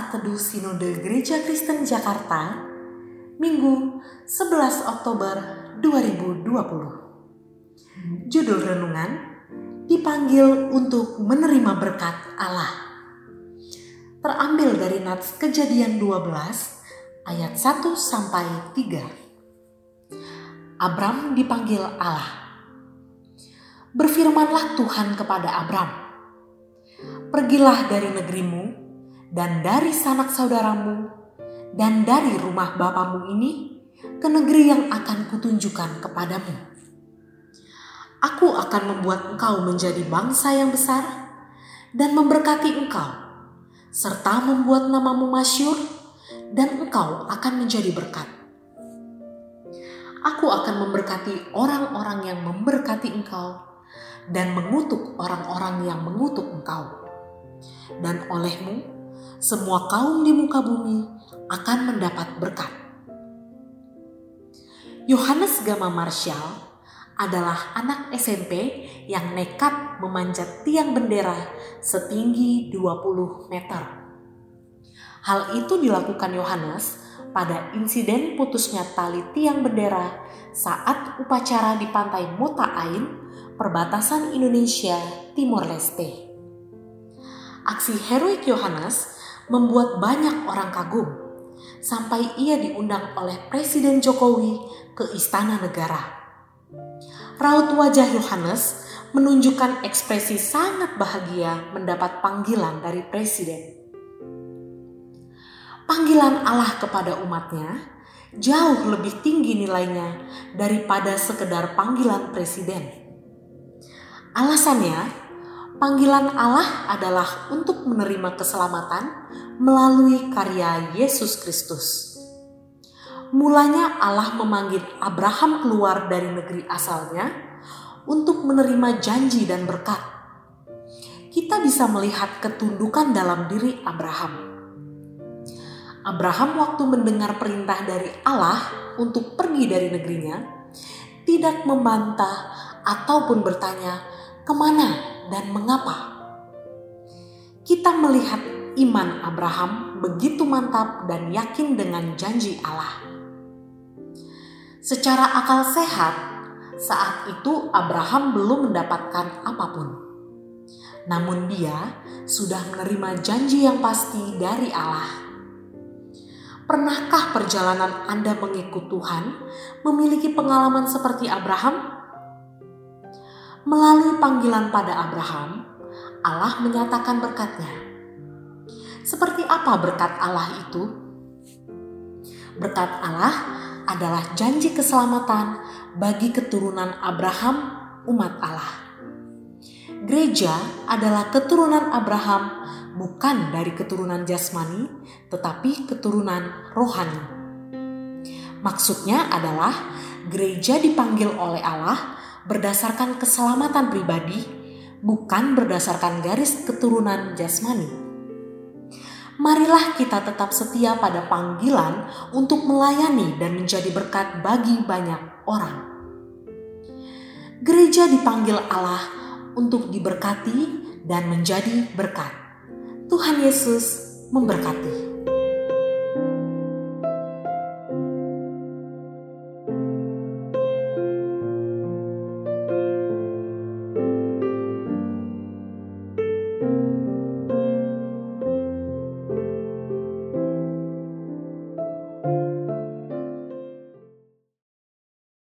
Saat Teduh Sinode Gereja Kristen Jakarta, Minggu 11 Oktober 2020. Judul renungan, dipanggil untuk menerima berkat Allah. Terambil dari Nats Kejadian 12 ayat 1-3. Abram dipanggil Allah. Berfirmanlah Tuhan kepada Abram, "Pergilah dari negerimu dan dari sanak saudaramu dan dari rumah bapamu ini ke negeri yang akan kutunjukkan kepadamu. Aku akan membuat engkau menjadi bangsa yang besar dan memberkati engkau, serta membuat namamu masyhur, dan engkau akan menjadi berkat. Aku akan memberkati orang-orang yang memberkati engkau dan mengutuk orang-orang yang mengutuk engkau. Dan olehmu semua kaum di muka bumi akan mendapat berkat." Yohanes Gama Marshall adalah anak SMP yang nekat memanjat tiang bendera setinggi 20 meter. Hal itu dilakukan Yohanes pada insiden putusnya tali tiang bendera saat upacara di pantai Mota Ain, perbatasan Indonesia Timor Leste. Aksi heroik Yohanes membuat banyak orang kagum, sampai ia diundang oleh Presiden Jokowi ke Istana Negara. Raut wajah Yohanes menunjukkan ekspresi sangat bahagia mendapat panggilan dari Presiden. Panggilan Allah kepada umatnya jauh lebih tinggi nilainya daripada sekedar panggilan Presiden. Alasannya, panggilan Allah adalah untuk menerima keselamatan melalui karya Yesus Kristus. Mulanya Allah memanggil Abraham keluar dari negeri asalnya untuk menerima janji dan berkat. Kita bisa melihat ketundukan dalam diri Abraham. Abraham waktu mendengar perintah dari Allah untuk pergi dari negerinya, tidak membantah ataupun bertanya kemana dan mengapa. Kita melihat iman Abraham begitu mantap dan yakin dengan janji Allah. Secara akal sehat, saat itu Abraham belum mendapatkan apapun. Namun dia sudah menerima janji yang pasti dari Allah. Pernahkah perjalanan Anda mengikut Tuhan memiliki pengalaman seperti Abraham? Melalui panggilan pada Abraham, Allah menyatakan berkat-Nya. Seperti apa berkat Allah itu? Berkat Allah adalah janji keselamatan bagi keturunan Abraham, umat Allah. Gereja adalah keturunan Abraham, bukan dari keturunan jasmani, tetapi keturunan rohani. Maksudnya adalah gereja dipanggil oleh Allah berdasarkan keselamatan pribadi, bukan berdasarkan garis keturunan jasmani. Marilah kita tetap setia pada panggilan untuk melayani dan menjadi berkat bagi banyak orang. Gereja dipanggil Allah untuk diberkati dan menjadi berkat. Tuhan Yesus memberkati.